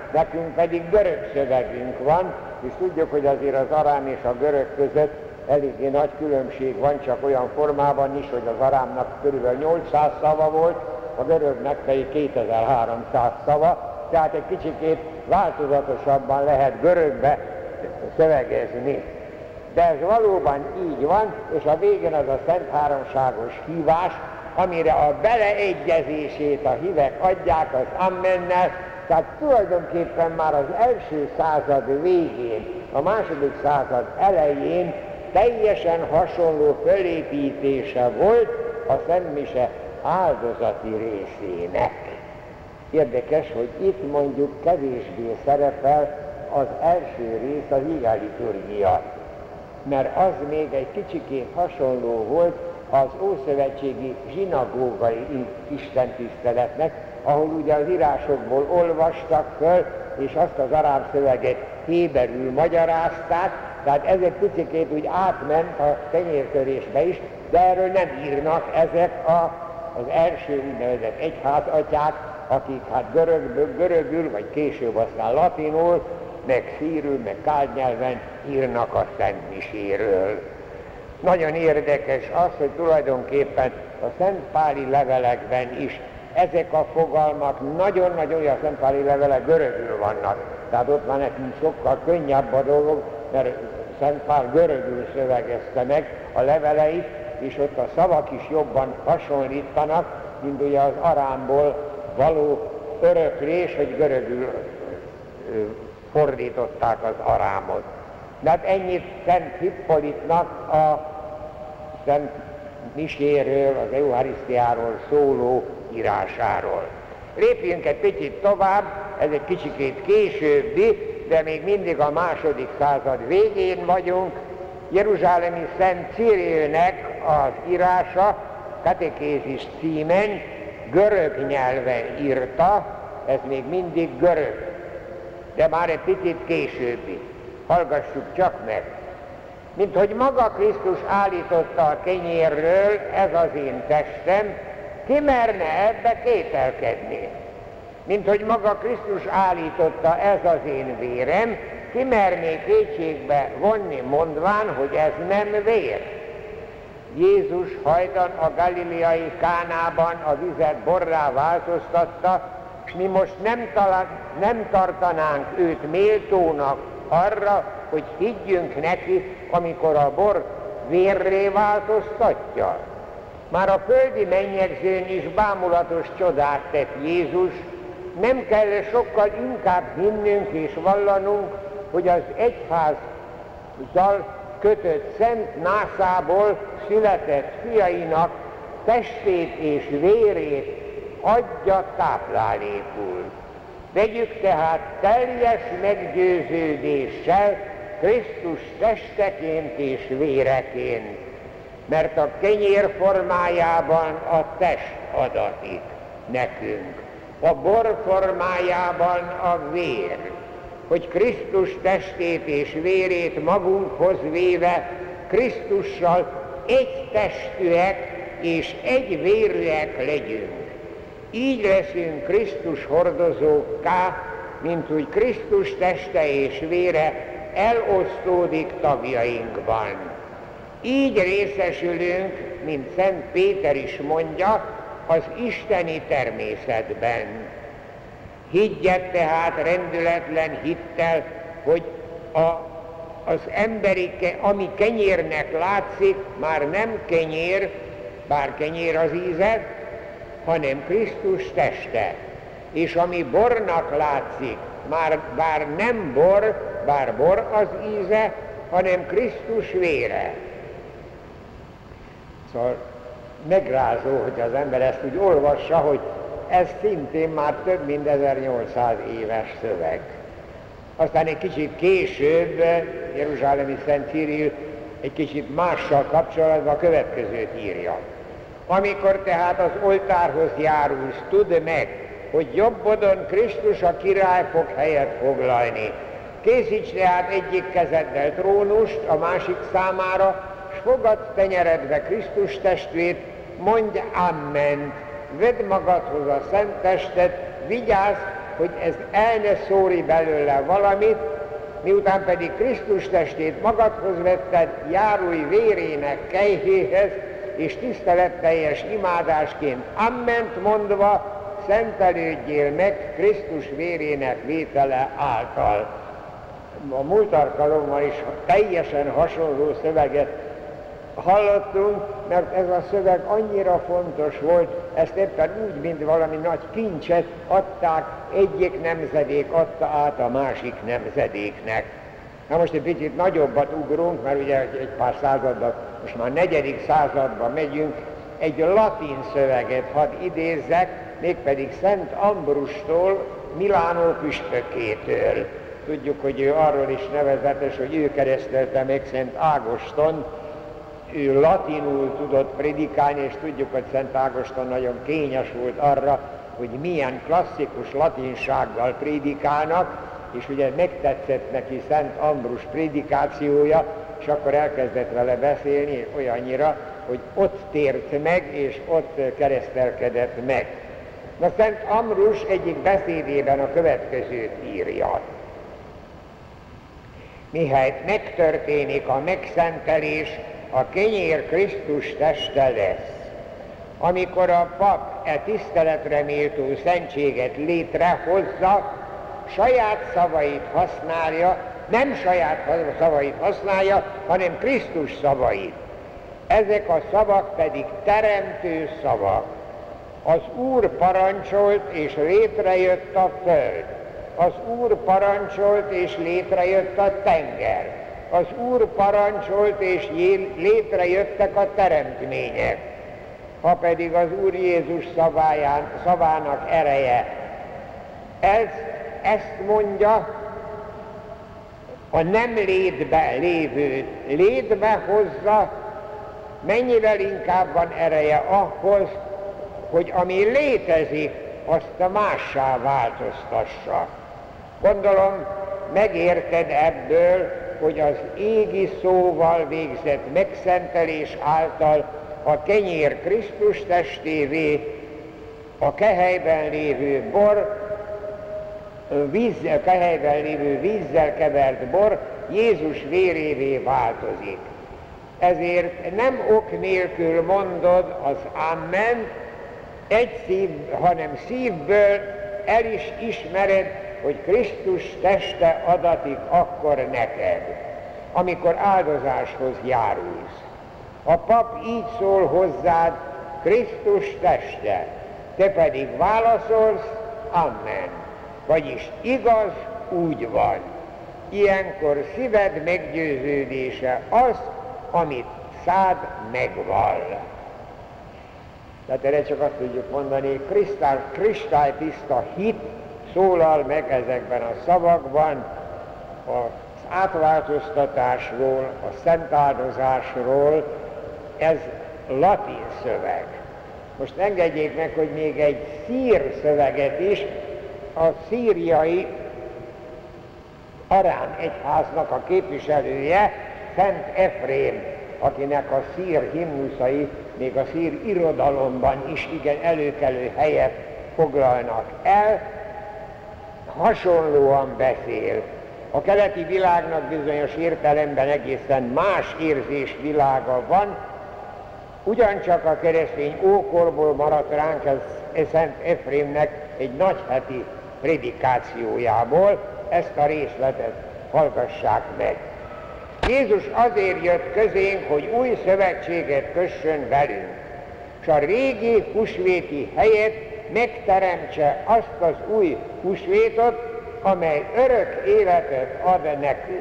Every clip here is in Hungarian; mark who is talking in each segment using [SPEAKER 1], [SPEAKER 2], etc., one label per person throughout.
[SPEAKER 1] nekünk pedig görög szövegünk van, és tudjuk, hogy azért az arám és a görög között eléggé nagy különbség van, csak olyan formában is, hogy az arámnak körülbelül 800 szava volt, a görögnek pedig 2300 szava, tehát egy kicsikét változatosabban lehet görögbe szövegezni. De ez valóban így van, és a végén az a Szent Háromságos hívás, amire a beleegyezését a hívek adják az Ammennel, tehát tulajdonképpen már az első század végén, a második század elején teljesen hasonló fölépítése volt a Szentmise áldozati részének. Érdekes, hogy itt mondjuk kevésbé szerepel az első rész, az igeliturgia, mert az még egy kicsikét hasonló volt az ószövetségi zsinagógai istentiszteletnek, ahol ugye az írásokból olvastak föl, és azt az arám szöveget héberül magyarázták, tehát ez egy picikét úgy átment a tenyértörésbe is, de erről nem írnak ezek az első úgynevezett egyházatyák, akik hát görögül, vagy később aztán latinul, meg szírül, meg kálnyelven írnak a Szentmiséről. Nagyon érdekes az, hogy tulajdonképpen a szentpáli levelekben is ezek a fogalmak nagyon-nagyon, a szentpáli levelek görögül vannak. Tehát ott van nekünk sokkal könnyebb a dolog, mert Szent Pál görögül szövegezte meg a leveleit, és ott a szavak is jobban hasonlítanak, mint ugye az arámból való öröklés, hogy görögül fordították az arámot. De hát ennyit Szent Hippolitnak a Szent Miséről, az Eucharisztiáról szóló írásáról. Lépjünk egy picit tovább, ez egy kicsikét későbbi, de még mindig a második század végén vagyunk. Jeruzsálemi Szent Cirilnek az írása, katekézis címen, görög nyelven írta, ez még mindig görög, de már egy picit későbbi. Hallgassuk csak meg. Mint hogy maga Krisztus állította a kenyérről, ez az én testem, ki merne ebbe kételkedni? Mint hogy maga Krisztus állította, ez az én vérem, ki merné kétségbe vonni, mondván, hogy ez nem vér? Jézus hajdan a galileai Kánában a vizet borrá változtatta, és mi most nem tartanánk őt méltónak arra, hogy higgyünk neki, amikor a bor vérré változtatja. Már a földi mennyegzőn is bámulatos csodát tett Jézus, nem kell sokkal inkább hinnünk és vallanunk, hogy az egyházzal kötött szent nászából született fiainak testét és vérét adja táplálékul. Vegyük tehát teljes meggyőződéssel Krisztus testeként és véreként, mert a kenyér formájában a test adatik nekünk, a bor formájában a vér, hogy Krisztus testét és vérét magunkhoz véve Krisztussal egy testűek és egy vérűek legyünk. Így leszünk Krisztus hordozókká, mint úgy Krisztus teste és vére elosztódik tagjainkban. Így részesülünk, mint Szent Péter is mondja, az isteni természetben. Higgyek tehát rendületlen hittel, hogy az emberi, ami kenyérnek látszik, már nem kenyér, bár kenyér az íze, hanem Krisztus teste. És ami bornak látszik, bár nem bor, bár bor az íze, hanem Krisztus vére. Szóval megrázó, hogy az ember ezt úgy olvassa, hogy ez szintén már több mint 1800 éves szöveg. Aztán egy kicsit később Jeruzsálemi Szent Ciril egy kicsit mással kapcsolatban a következőt írja. Amikor tehát az oltárhoz járulsz, tudd meg, hogy jobbodon Krisztus a király fog helyet foglalni. Készíts tehát egyik kezeddel trónust, a másik számára, s fogadd tenyeredbe Krisztus testvét, mondj Amen, vedd magadhoz a szent testet, vigyázz, hogy ez el ne szóri belőle valamit, miután pedig Krisztus testét magadhoz vetted, járulj vérének kejhéhez, és tiszteletteljes imádásként amment mondva, szentelődjél meg Krisztus vérének vétele által. A múlt alkalommal is teljesen hasonló szöveget hallottunk, mert ez a szöveg annyira fontos volt, ezt éppen úgy, mint valami nagy kincset adták, egyik nemzedék adta át a másik nemzedéknek. Na most egy picit nagyobbat ugrunk, mert ugye egy pár században, most már 4. században megyünk, egy latin szöveget hadd idézzek, mégpedig Szent Ambrustól, Milánó püspökétől. Tudjuk, hogy ő arról is nevezetes, hogy ő keresztelte meg Szent Ágoston, ő latinul tudott predikálni, és tudjuk, hogy Szent Ágoston nagyon kényes volt arra, hogy milyen klasszikus latinsággal prédikálnak, és ugye megtetszett neki Szent Ambrus prédikációja, és akkor elkezdett vele beszélni olyannyira, hogy ott tért meg, és ott keresztelkedett meg. Na, Szent Ambrus egyik beszédében a következőt írja. Mihelyt megtörténik a megszentelés, a kenyér Krisztus teste lesz. Amikor a pap tiszteletre méltó szentséget létrehozza, saját szavait használja, nem saját szavait használja, hanem Krisztus szavait. Ezek a szavak pedig teremtő szavak. Az Úr parancsolt, és létrejött a föld. Az Úr parancsolt, és létrejött a tenger. Az Úr parancsolt, és létrejöttek a teremtmények. Ha pedig az Úr Jézus szavának ereje ezt mondja, a nem létbe lévőt létbe hozza, mennyivel inkább van ereje ahhoz, hogy ami létezik, azt mássá változtassa. Gondolom, megérted ebből, hogy az égi szóval végzett megszentelés által a kenyér Krisztus testévé, a kehelyben lévő bor, a kehelyben lévő vízzel kevert bor Jézus vérévé változik. Ezért nem ok nélkül mondod az amen, hanem szívből el is ismered, hogy Krisztus teste adatik akkor neked, amikor áldozáshoz járulsz. A pap így szól hozzád, Krisztus teste, te pedig válaszolsz, amen. Vagyis igaz, úgy van. Ilyenkor szíved meggyőződése az, amit szád megvall. Tehát erre csak azt tudjuk mondani, kristálytiszta hit szólal meg ezekben a szavakban az átváltoztatásról, a szentáldozásról, ez latin szöveg. Most engedjék meg, hogy még egy szír szöveget is, a szíriai Arán egyháznak a képviselője, Szent Efrém, akinek a szír himnuszai még a szír irodalomban is igen előkelő helyet foglalnak el, hasonlóan beszél. A keleti világnak bizonyos értelemben egészen más érzésvilága van, ugyancsak a keresztény ókorból maradt ránk ez Szent Efrémnek egy nagyheti predikációjából, ezt a részletet hallgassák meg. Jézus azért jött közénk, hogy új szövetséget kössön velünk, és a régi húsvéti helyett megteremtse azt az új húsvétot, amely örök életet ad nekünk.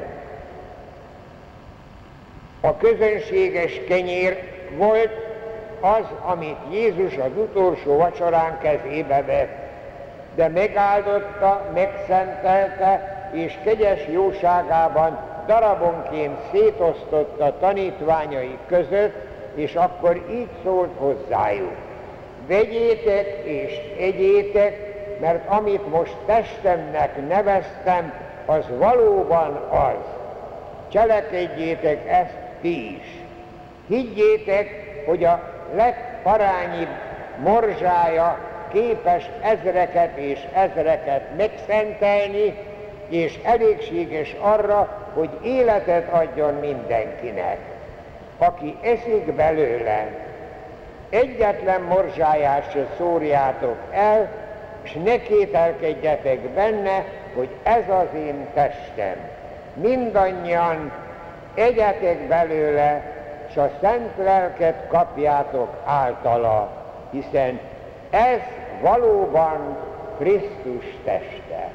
[SPEAKER 1] A közönséges kenyér volt az, amit Jézus az utolsó vacsorán kezébe vett, de megáldotta, megszentelte, és kegyes jóságában darabonként szétosztotta tanítványai között, és akkor így szólt hozzájuk. Vegyétek és egyétek, mert amit most testemnek neveztem, az valóban az. Cselekedjétek ezt ti is. Higgyétek, hogy a legparányibb morzsája képes ezreket és ezreket megszentelni, és elégséges arra, hogy életet adjon mindenkinek. Aki eszik belőle, egyetlen morzsáját se szórjátok el, és ne kételkedjetek benne, hogy ez az én testem. Mindannyian egyetek belőle, s a szent lelket kapjátok általa, hiszen ez valóban Krisztus teste.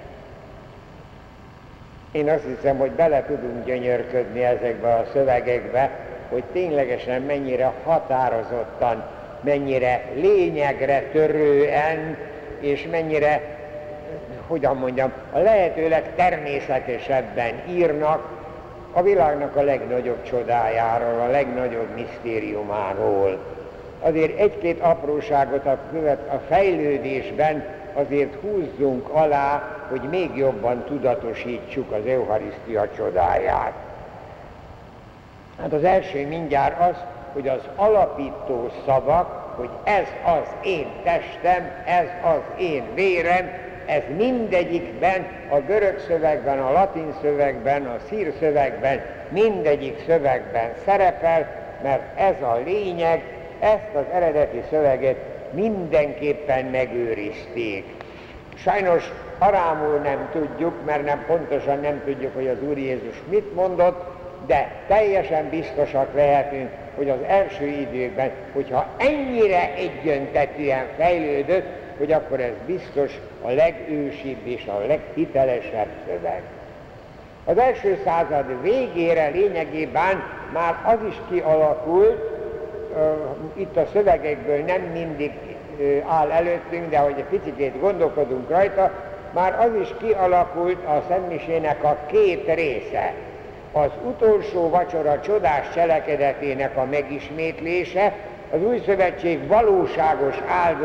[SPEAKER 1] Én azt hiszem, hogy bele tudunk gyönyörködni ezekbe a szövegekbe, hogy ténylegesen mennyire határozottan, mennyire lényegre törően, és mennyire, hogyan mondjam, a lehetőleg természetesebben írnak a világnak a legnagyobb csodájáról, a legnagyobb misztériumáról. Azért egy-két apróságot a fejlődésben azért húzzunk alá, hogy még jobban tudatosítsuk az eucharisztia csodáját. Hát az első mindjárt az, hogy az alapító szavak, hogy ez az én testem, ez az én vérem, ez mindegyikben, a görög szövegben, a latin szövegben, a szír szövegben, mindegyik szövegben szerepel, mert ez a lényeg, ezt az eredeti szöveget mindenképpen megőrizték. Sajnos arámul nem tudjuk, mert pontosan nem tudjuk, hogy az Úr Jézus mit mondott, de teljesen biztosak lehetünk, hogy az első időkben, hogyha ennyire egyöntetűen fejlődött, hogy akkor ez biztos a legősibb és a leghitelesebb szöveg. Az első század végére lényegében már az is kialakult, itt a szövegekből nem mindig áll előttünk, de hogy egy picit gondolkodunk rajta, már az is kialakult a szentmisének a két része. Az utolsó vacsora csodás cselekedetének a megismétlése, az új szövetség valóságos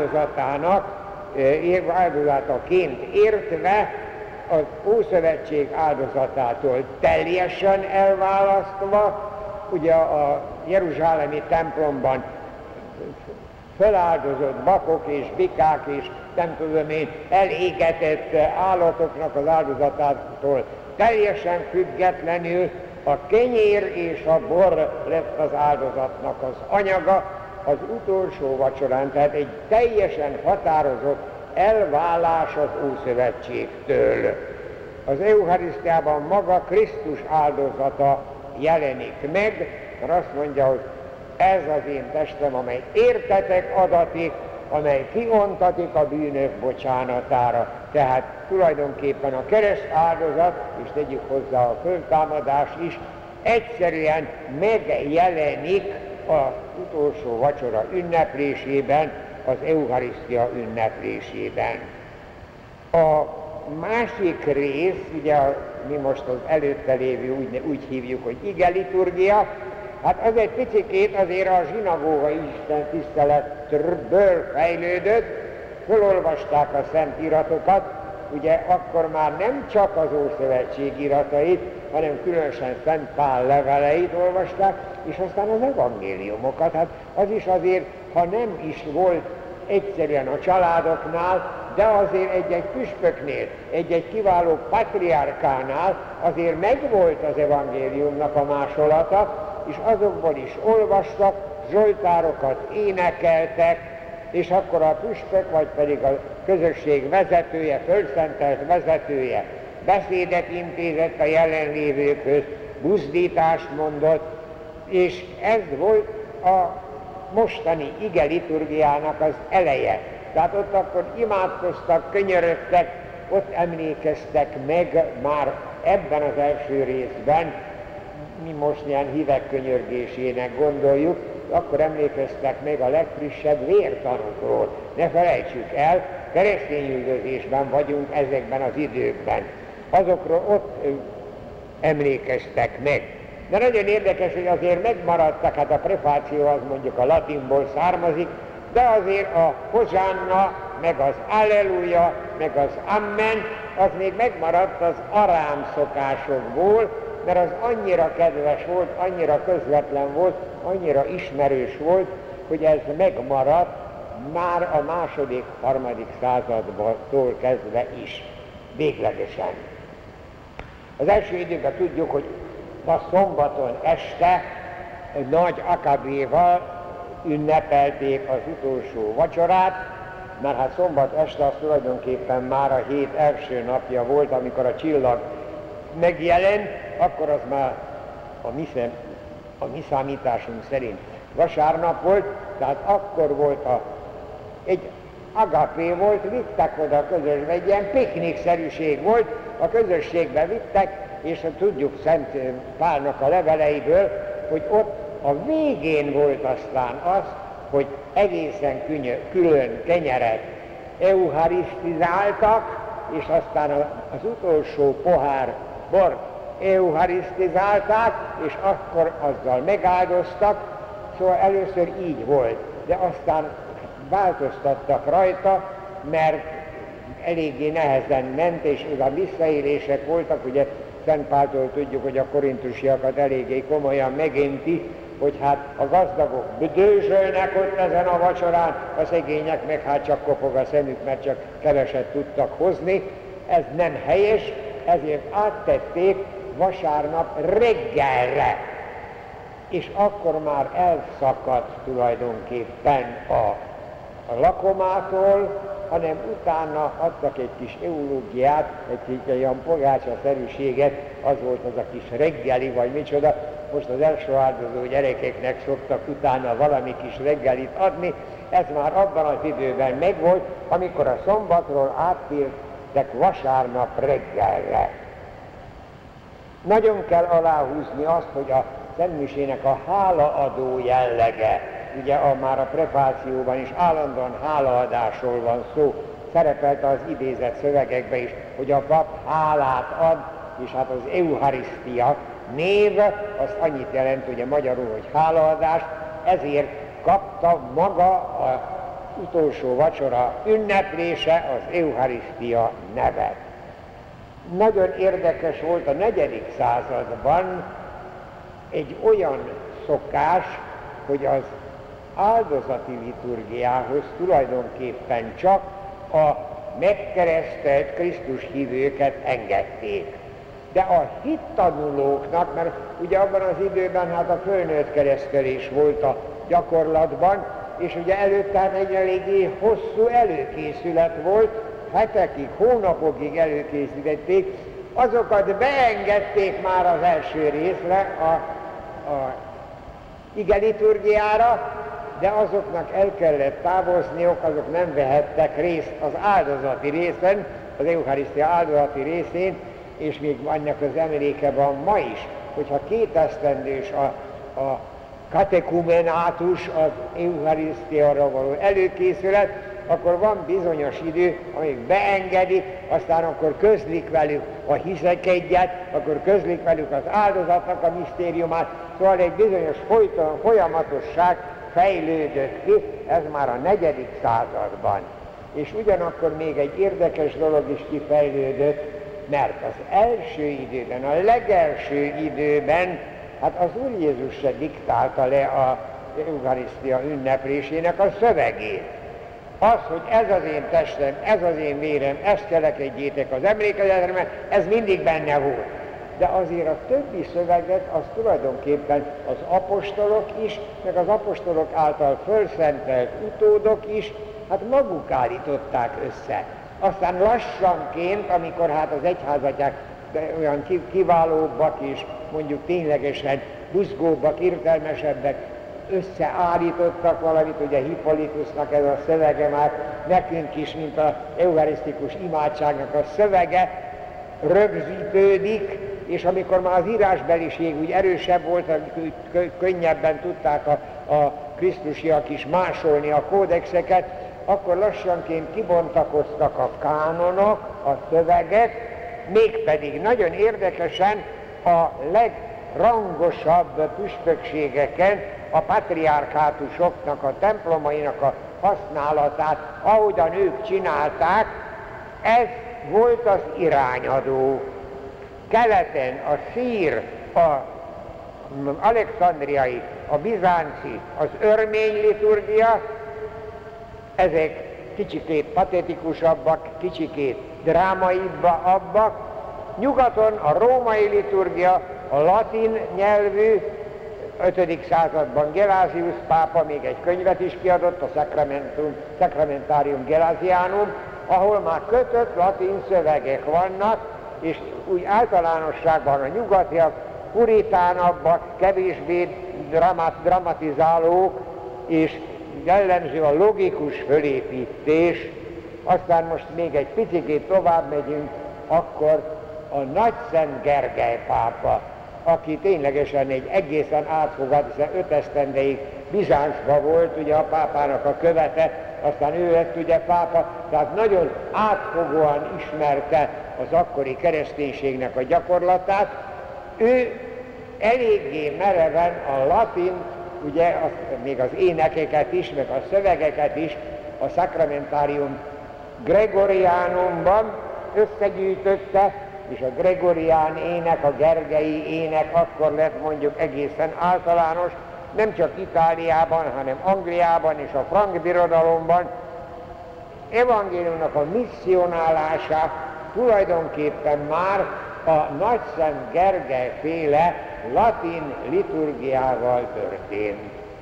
[SPEAKER 1] áldozataként értve, az Ószövetség áldozatától teljesen elválasztva, ugye a jeruzsálemi templomban feláldozott bakok és bikák és nem tudom én elégetett állatoknak az áldozatától teljesen függetlenül a kenyér és a bor lett az áldozatnak az anyaga az utolsó vacsorán, tehát egy teljesen határozott elválás az Ószövetségtől. Az eucharisztiában maga Krisztus áldozata jelenik meg, mert azt mondja, hogy ez az én testem, amely értetek adatik, amely kiontatik a bűnök bocsánatára. Tehát tulajdonképpen a kereszt áldozat, és tegyük hozzá a föltámadás is, egyszerűen megjelenik az utolsó vacsora ünneplésében, az eucharisztia ünneplésében. A másik rész, ugye mi most az előtte lévő úgy hívjuk, hogy igeliturgia, hát az egy picikét azért a zsinagóga Isten tiszteletből fejlődött, fölolvasták a szent iratokat, ugye akkor már nem csak az Ószövetség iratait, hanem különösen Szent Pál leveleit olvasták, és aztán az evangéliumokat. Hát az is azért, ha nem is volt egyszerűen a családoknál, de azért egy-egy püspöknél, egy-egy kiváló patriárkánál azért megvolt az evangéliumnak a másolata, és azokból is olvastak, zsoltárokat énekeltek, és akkor a püspök, vagy pedig a közösség vezetője, fölszentelt vezetője beszédet intézett a jelenlévőkhöz, buzdítást mondott, és ez volt a mostani ige liturgiának az eleje. Tehát ott akkor imádkoztak, könyörögtek, ott emlékeztek meg már ebben az első részben, mi most ilyen hívek könyörgésének gondoljuk, akkor emlékeztek meg a legfrissebb vértanúkról. Ne felejtsük el, keresztényüldözésben vagyunk ezekben az időkben. Azokról ott emlékeztek meg. De nagyon érdekes, hogy azért megmaradtak, hát a prefáció az mondjuk a latinból származik, de azért a hozsánna, meg az alleluja, meg az amen, az még megmaradt az arám szokásokból, mert az annyira kedves volt, annyira közvetlen volt, annyira ismerős volt, hogy ez megmaradt, már a második, harmadik századtól kezdve is, véglegesen. Az első időben tudjuk, hogy ma szombaton este nagy akabéval ünnepelték az utolsó vacsorát, mert hát szombat este az tulajdonképpen már a hét első napja volt, amikor a csillag megjelent, akkor az már a mi számításunk szerint vasárnap volt, tehát akkor volt egy agapé volt, vittek oda a közösbe, egy ilyen piknikszerűség volt, a közösségbe vittek, és tudjuk Szent Pálnak a leveleiből, hogy ott a végén volt aztán az, hogy egészen külön kenyeret eucharisztizáltak, és aztán az utolsó pohár bort eucharisztizálták, és akkor azzal megáldoztak, szóval először így volt, de aztán változtattak rajta, mert eléggé nehezen ment, és a visszaélések voltak, ugye Szent Páltól tudjuk, hogy a korintusiakat eléggé komolyan megénti, hogy hát a gazdagok büdőzsölnek ott ezen a vacsorán, a szegények meg hát csak kopog a szemük, mert csak keveset tudtak hozni. Ez nem helyes, ezért áttették vasárnap reggelre. És akkor már elszakadt tulajdonképpen a lakomától, hanem utána adtak egy kis eulógiát, egy olyan pogácsaszerűséget, az volt az a kis reggeli, vagy micsoda. Most az első áldozó gyerekeknek szoktak utána valami kis reggelit adni, ez már abban az időben megvolt, amikor a szombatról áttértek vasárnap reggelre. Nagyon kell aláhúzni azt, hogy a szentmisének a hálaadó jellege, ugye már a prefációban is állandóan hálaadásról van szó, szerepelt az idézett szövegekben is, hogy a pap hálát ad, és hát az eucharisztia név, az annyit jelent ugye magyarul, hogy hálaadás, ezért kapta maga az utolsó vacsora ünneplése az eucharisztia nevet. Nagyon érdekes volt a 4. században egy olyan szokás, hogy az áldozati liturgiához tulajdonképpen csak a megkeresztelt Krisztus hívőket engedték. De a hittanulóknak, mert ugye abban az időben hát a fölnőtt keresztelés volt a gyakorlatban, és ugye előtte hát egy eléggé hosszú előkészület volt, hetekig, hónapokig előkészítették, azokat beengedték már az első részre, a igeliturgiára, de azoknak el kellett távozniuk, azok nem vehettek részt az áldozati részen, az eucharisztia áldozati részén, és még annak az emléke van ma is, hogyha 2 esztendős a katekumenátus, az eucharisztiára való előkészület, akkor van bizonyos idő, amíg beengedik, aztán akkor közlik velük a hiszekedjet, akkor közlik velük az áldozatnak a misztériumát, szóval egy bizonyos folyamatosság fejlődött ki, ez már a 4. században. És ugyanakkor még egy érdekes dolog is kifejlődött, mert az első időben, a legelső időben, hát az Úr Jézus se diktálta le a eucharisztia ünneplésének a szövegét. Az, hogy ez az én testem, ez az én vérem, ezt cselekedjétek az emlékezetemre, ez mindig benne volt. De azért a többi szöveget az tulajdonképpen az apostolok is, meg az apostolok által fölszentelt utódok is, hát maguk állították össze. Aztán lassanként, amikor hát az egyházatják olyan kiválóbbak és mondjuk ténylegesen buzgóbbak, értelmesebbek, összeállítottak valamit, ugye Hippolytusnak ez a szövege már nekünk is, mint az eucharisztikus imádságnak a szövege rögzítődik, és amikor már az írásbeliség úgy erősebb volt, könnyebben tudták a krisztusiak is másolni a kódexeket, akkor lassanként kibontakoztak a kánonok, a szövegek, mégpedig nagyon érdekesen a legrangosabb püspökségeken a patriárkátusoknak, a templomainak a használatát, ahogyan ők csinálták, ez volt az irányadó. Keleten a szír, a alexandriai, a bizánci, az örmény liturgia, ezek kicsikét patetikusabbak, kicsikét drámaibbak. Nyugaton a római liturgia, a latin nyelvű, 5. században Gelasius pápa még egy könyvet is kiadott, a Sacramentarium Gelasianum, ahol már kötött latin szövegek vannak, és úgy általánosságban a nyugatiak puritánabbak, kevésbé dramatizálók, és jellemző a logikus fölépítés. Aztán most még egy picikét tovább megyünk, akkor a Nagyszent Gergely pápa, aki ténylegesen egy egészen átfogott, hiszen 5 esztendeig Bizáncban volt, ugye a pápának a követe, aztán ő lett ugye pápa, tehát nagyon átfogóan ismerte az akkori kereszténységnek a gyakorlatát. Ő eléggé mereven a latin, ugye még az énekeket is, meg a szövegeket is a Sacramentarium Gregorianumban összegyűjtötte, és a gregorián ének, a gergelyi ének akkor lett mondjuk egészen általános, nem csak Itáliában, hanem Angliában és a frank birodalomban. Evangéliumnak a misszionálása tulajdonképpen már a Nagyszent Gergely féle latin liturgiával történt.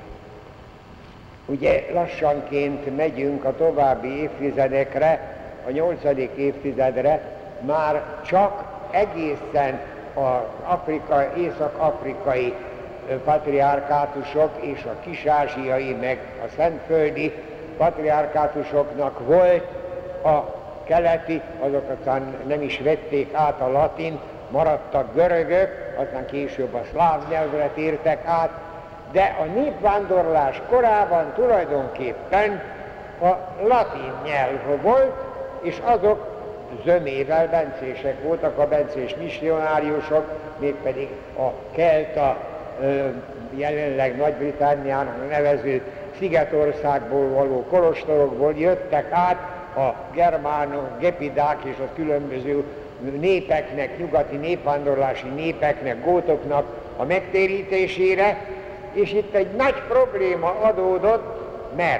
[SPEAKER 1] Ugye lassanként megyünk a további évtizedekre, a 8. évtizedre, már csak egészen az észak-afrikai patriárkátusok és a kis-ázsiai, meg a szentföldi patriárkátusoknak volt a keleti, azok aztán nem is vették át a latin, maradtak görögök, aztán később a szláv nyelvre tértek át, de a népvándorlás korában tulajdonképpen a latin nyelv volt, és azok zömével bencések voltak, a bencés misszionáriusok, mégpedig a kelta, jelenleg Nagy-Britanniának nevező Szigetországból való kolostorokból jöttek át a germánok, gepidák és a különböző népeknek, nyugati népvándorlási népeknek, gótoknak a megtérítésére, és itt egy nagy probléma adódott, mert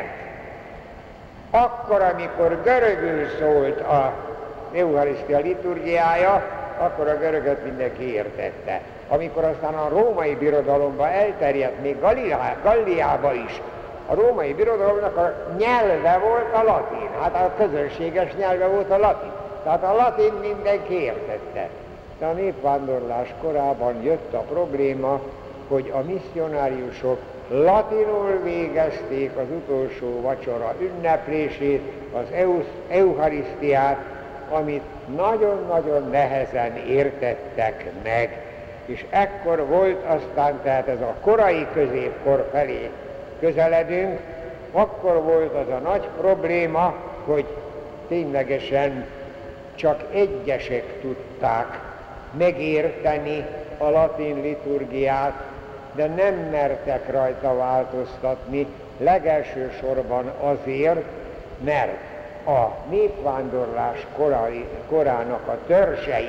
[SPEAKER 1] akkor, amikor görögül szólt a Eucharisztia liturgiája, akkor a görögöt mindenki értette. Amikor aztán a római birodalomba elterjedt, még Galliába is, a római birodalomnak a nyelve volt a latin, hát a közönséges nyelve volt a latin. Tehát a latin mindenki értette. De a népvándorlás korában jött a probléma, hogy a misszionáriusok latinul végezték az utolsó vacsora ünneplését, az Eucharisztiát, amit nagyon-nagyon nehezen értettek meg. És ekkor volt aztán, tehát ez a korai középkor felé közeledünk, akkor volt az a nagy probléma, hogy ténylegesen csak egyesek tudták megérteni a latin liturgiát, de nem mertek rajta változtatni, legelső sorban azért, mert a népvándorlás korának a törzsei